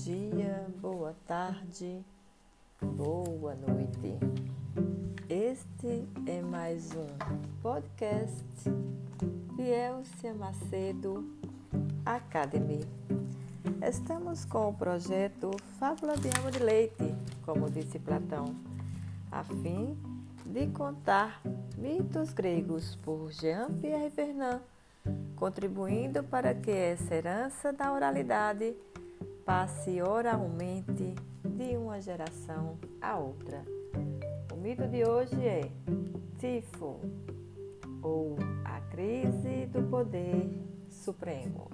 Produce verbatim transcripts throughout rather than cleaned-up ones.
dia, boa tarde, boa noite. Este é mais um podcast Fielcia Macedo Academy. Estamos com o projeto Fábula de Alma de Leite, como disse Platão, a fim de contar mitos gregos por Jean-Pierre Vernant, contribuindo para que essa herança da oralidade passe oralmente de uma geração a outra. O mito de hoje é Tifo, ou a crise do poder supremo.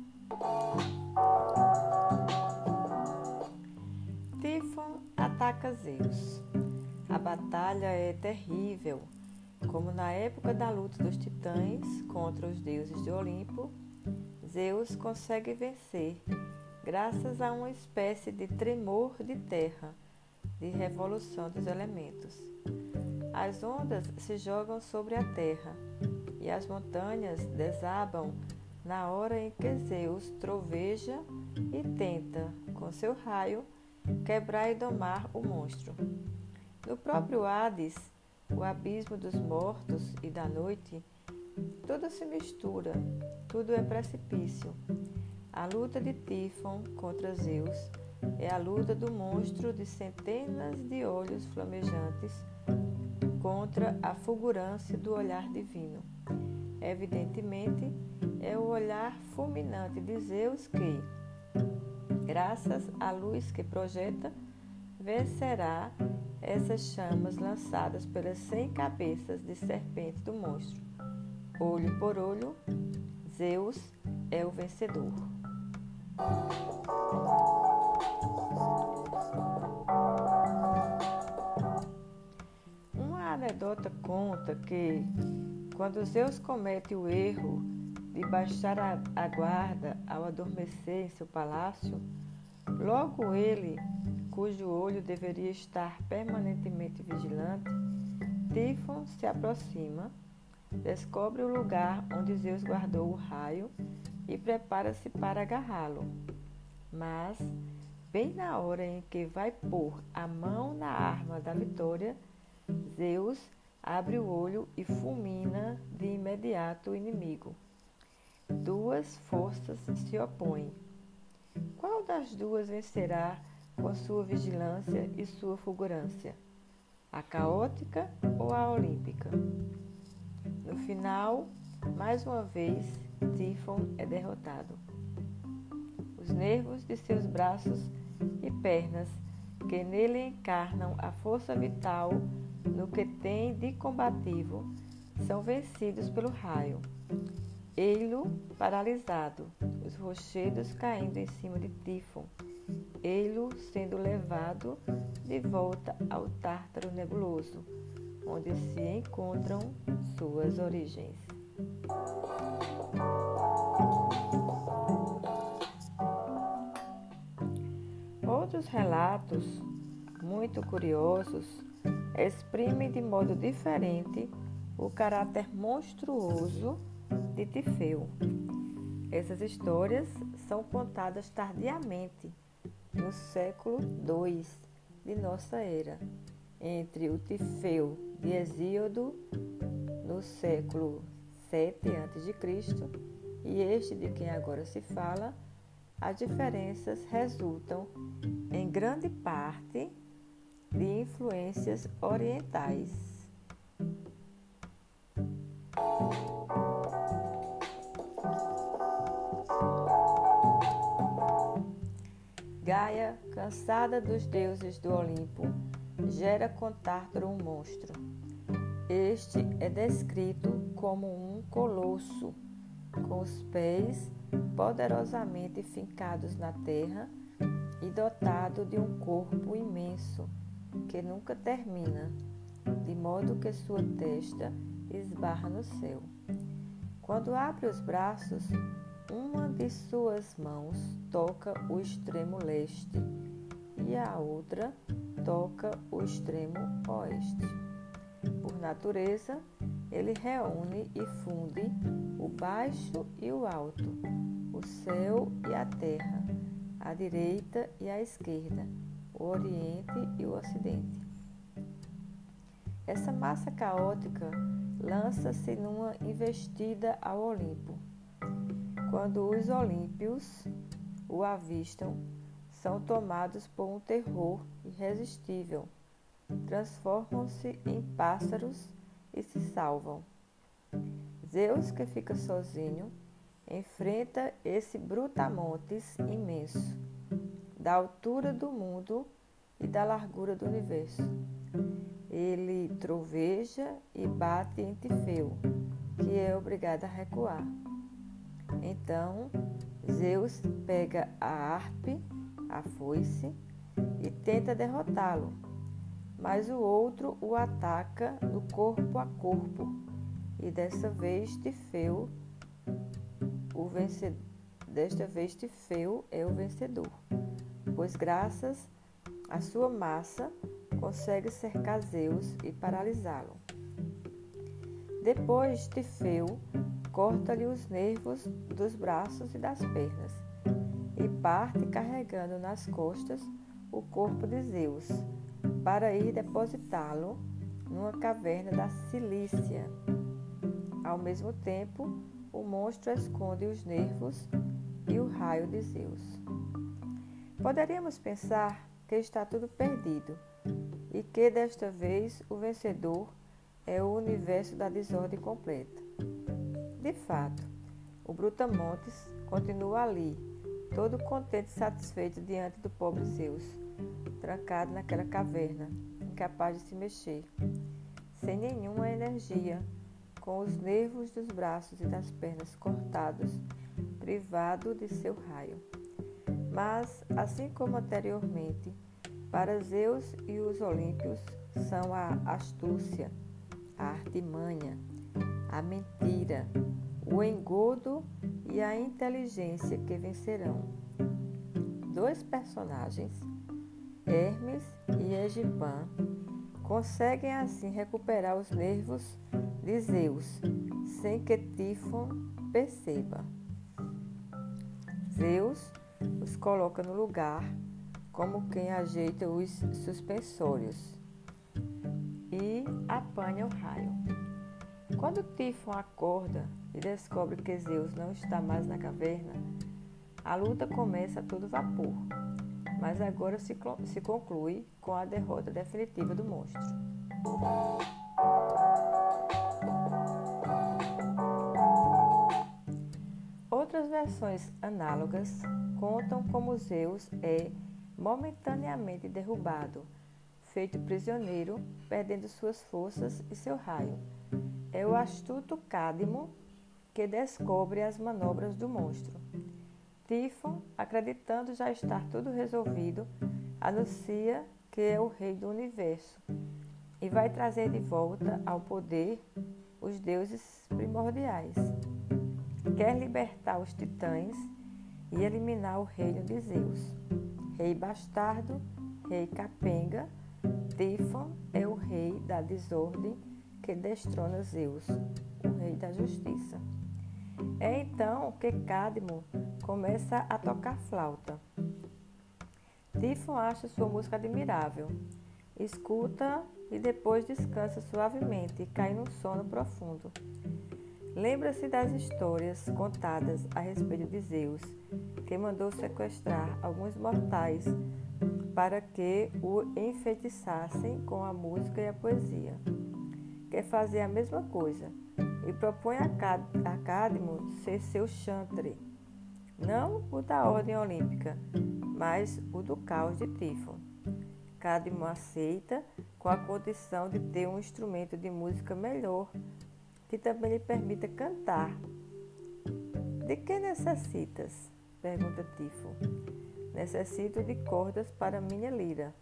Tifon ataca Zeus. A batalha é terrível, como na época da luta dos titãs contra os deuses de Olimpo. Zeus consegue vencer graças a uma espécie de tremor de terra, de revolução dos elementos. As ondas se jogam sobre a terra e as montanhas desabam na hora em que Zeus troveja e tenta, com seu raio, quebrar e domar o monstro. No próprio Hades, o abismo dos mortos e da noite, tudo se mistura, tudo é precipício. A luta de Tifon contra Zeus é a luta do monstro de centenas de olhos flamejantes contra a fulgurância do olhar divino. Evidentemente, é o olhar fulminante de Zeus que, graças à luz que projeta, vencerá essas chamas lançadas pelas cem cabeças de serpente do monstro. Olho por olho, Zeus é o vencedor. Uma anedota conta que, quando Zeus comete o erro de baixar a, a guarda ao adormecer em seu palácio, logo ele, cujo olho deveria estar permanentemente vigilante, Tifon se aproxima, descobre o lugar onde Zeus guardou o raio e prepara-se para agarrá-lo. Mas, bem na hora em que vai pôr a mão na arma da vitória, Zeus abre o olho e fulmina de imediato o inimigo. Duas forças se opõem. Qual das duas vencerá com sua vigilância e sua fulgurância? A caótica ou a olímpica? No final, mais uma vez, Tifon é derrotado. Os nervos de seus braços e pernas, que nele encarnam a força vital no que tem de combativo, são vencidos pelo raio. Ei-lo paralisado, os rochedos caindo em cima de Tifon, ei-lo sendo levado de volta ao Tártaro nebuloso, onde se encontram suas origens. Outros relatos, muito curiosos, exprimem de modo diferente o caráter monstruoso de Tifeu. Essas histórias são contadas tardiamente, no século dois de nossa era, entre o Tifeu de Hesíodo, no século sete antes de Cristo, e este de quem agora se fala. As diferenças resultam, em grande parte, de influências orientais. Gaia, cansada dos deuses do Olimpo, gera com Tártaro um monstro. Este é descrito como um colosso, com os pés poderosamente fincados na terra e dotado de um corpo imenso, que nunca termina, de modo que sua testa esbarra no céu. Quando abre os braços, uma de suas mãos toca o extremo leste e a outra toca o extremo oeste. Por natureza, ele reúne e funde o baixo e o alto, o céu e a terra, a direita e a esquerda, o Oriente e o Ocidente. Essa massa caótica lança-se numa investida ao Olimpo. Quando os olímpios o avistam, são tomados por um terror irresistível, transformam-se em pássaros e se salvam. Zeus, que fica sozinho, enfrenta esse brutamontes imenso, da altura do mundo e da largura do universo. Ele troveja e bate em Tifeu, que é obrigado a recuar. Então, Zeus pega a harpe, a foice, e tenta derrotá-lo, mas o outro o ataca no corpo a corpo, e dessa vez Tifeu, o vencedor, desta vez Tifeu é o vencedor, pois graças à sua massa consegue cercar Zeus e paralisá-lo. Depois, Tifeu corta-lhe os nervos dos braços e das pernas e parte carregando nas costas o corpo de Zeus para ir depositá-lo numa caverna da Cilícia. Ao mesmo tempo, o monstro esconde os nervos e o raio de Zeus. Poderíamos pensar que está tudo perdido e que desta vez o vencedor é o universo da desordem completa. De fato, o Brutamontes continua ali, todo contente e satisfeito diante do pobre Zeus, trancado naquela caverna, incapaz de se mexer, sem nenhuma energia, com os nervos dos braços e das pernas cortados, privado de seu raio. Mas, assim como anteriormente, para Zeus e os olímpios são a astúcia, a artimanha, a mentira, o engodo e a inteligência que vencerão. Dois personagens, Hermes e Egipan, conseguem assim recuperar os nervos de Zeus, sem que Tifon perceba. Zeus os coloca no lugar, como quem ajeita os suspensórios, e apanha o raio. Quando Tifon acorda e descobre que Zeus não está mais na caverna, a luta começa a todo vapor, mas agora se, se conclui com a derrota definitiva do monstro. Outras versões análogas contam como Zeus é momentaneamente derrubado, feito prisioneiro, perdendo suas forças e seu raio. É o astuto Cádimo que descobre as manobras do monstro. Tifon, acreditando já estar tudo resolvido, anuncia que é o rei do universo e vai trazer de volta ao poder os deuses primordiais. Quer libertar os titãs e eliminar o reino de Zeus. Rei bastardo, rei capenga, Tifon é o rei da desordem que destrona Zeus, o rei da justiça. É então que Cádimo começa a tocar flauta. Tifon acha sua música admirável, escuta e depois descansa suavemente e cai num sono profundo. Lembra-se das histórias contadas a respeito de Zeus, que mandou sequestrar alguns mortais para que o enfeitiçassem com a música e a poesia. Quer fazer a mesma coisa e propõe a Cádimo ser seu chantre, não o da ordem olímpica, mas o do caos de Tifon. Cádimo aceita com a condição de ter um instrumento de música melhor, que também lhe permita cantar. De que necessitas? Pergunta Tifon. Necessito de cordas para minha lira.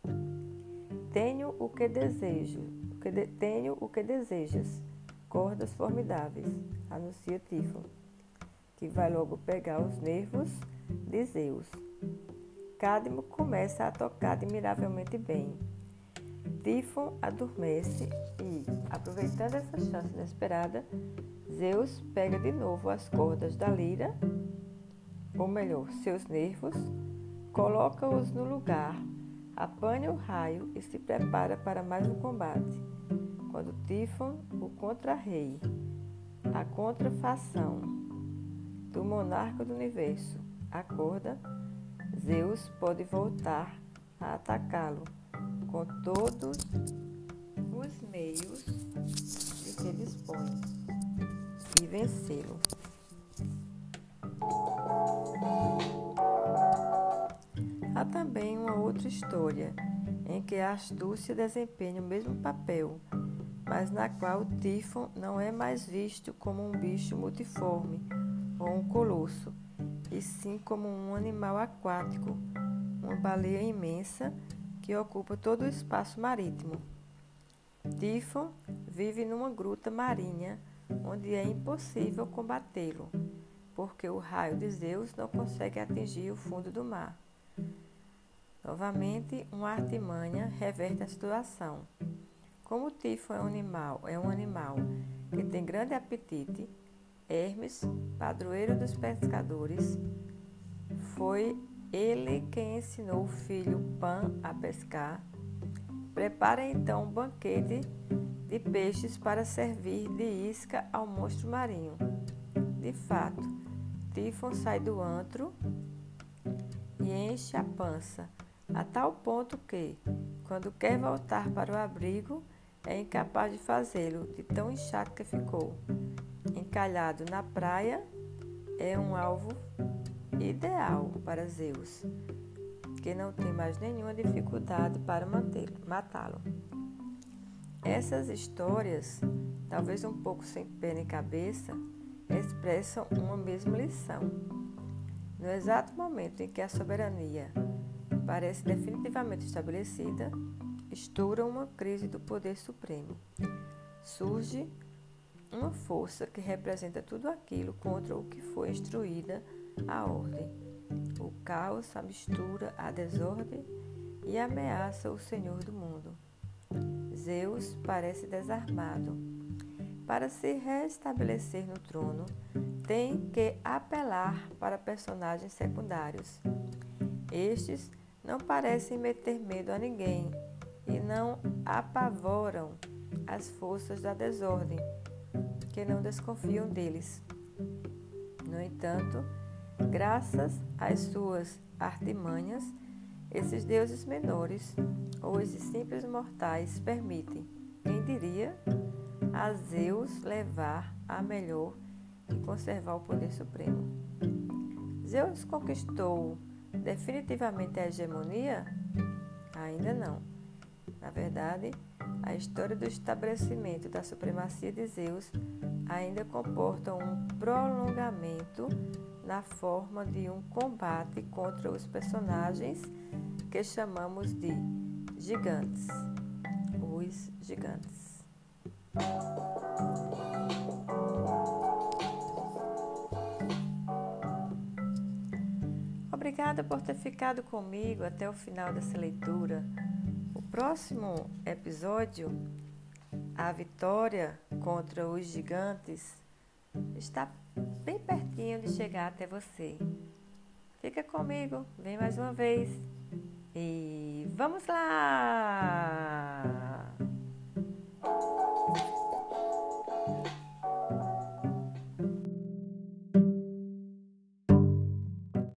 Tenho o que desejo, o que de, tenho o que desejas, cordas formidáveis, anuncia Tifon, que vai logo pegar os nervos de Zeus. Cádimo começa a tocar admiravelmente bem. Tifon adormece e, aproveitando essa chance inesperada, Zeus pega de novo as cordas da lira, ou melhor, seus nervos, coloca-os no lugar, apanha o raio e se prepara para mais um combate. Quando Tífon, o contra-rei, a contrafação do monarca do universo, acorda, Zeus pode voltar a atacá-lo com todos os meios de que dispõe e vencê-lo. Há também uma outra história em que a astúcia desempenha o mesmo papel, mas na qual Tífon não é mais visto como um bicho multiforme ou um colosso, e sim como um animal aquático, uma baleia imensa que ocupa todo o espaço marítimo. Tífon vive numa gruta marinha onde é impossível combatê-lo, porque o raio de Zeus não consegue atingir o fundo do mar. Novamente, uma artimanha reverte a situação. Como Tífon é um animal, é um animal que tem grande apetite, Hermes, padroeiro dos pescadores, foi ele quem ensinou o filho Pan a pescar. Prepara então um banquete de peixes para servir de isca ao monstro marinho. De fato, Tífon sai do antro e enche a pança, a tal ponto que, quando quer voltar para o abrigo, é incapaz de fazê-lo, de tão inchado que ficou. Encalhado na praia, é um alvo ideal para Zeus, que não tem mais nenhuma dificuldade para matá-lo. Essas histórias, talvez um pouco sem pé nem cabeça, expressam uma mesma lição. No exato momento em que a soberania parece definitivamente estabelecida, estoura uma crise do poder supremo. Surge uma força que representa tudo aquilo contra o que foi instruída a ordem. O caos, a mistura, a desordem e ameaça o Senhor do mundo. Zeus parece desarmado. Para se restabelecer no trono, tem que apelar para personagens secundários. Estes não parecem meter medo a ninguém e não apavoram as forças da desordem, que não desconfiam deles. No entanto, graças às suas artimanhas, esses deuses menores ou esses simples mortais permitem, quem diria, a Zeus levar a melhor e conservar o poder supremo. Zeus conquistou definitivamente a hegemonia? Ainda não. Na verdade, a história do estabelecimento da supremacia de Zeus ainda comporta um prolongamento na forma de um combate contra os personagens que chamamos de gigantes, os gigantes. Obrigada por ter ficado comigo até o final dessa leitura. O próximo episódio, a vitória contra os gigantes, está bem pertinho de chegar até você. Fica comigo, vem mais uma vez e vamos lá!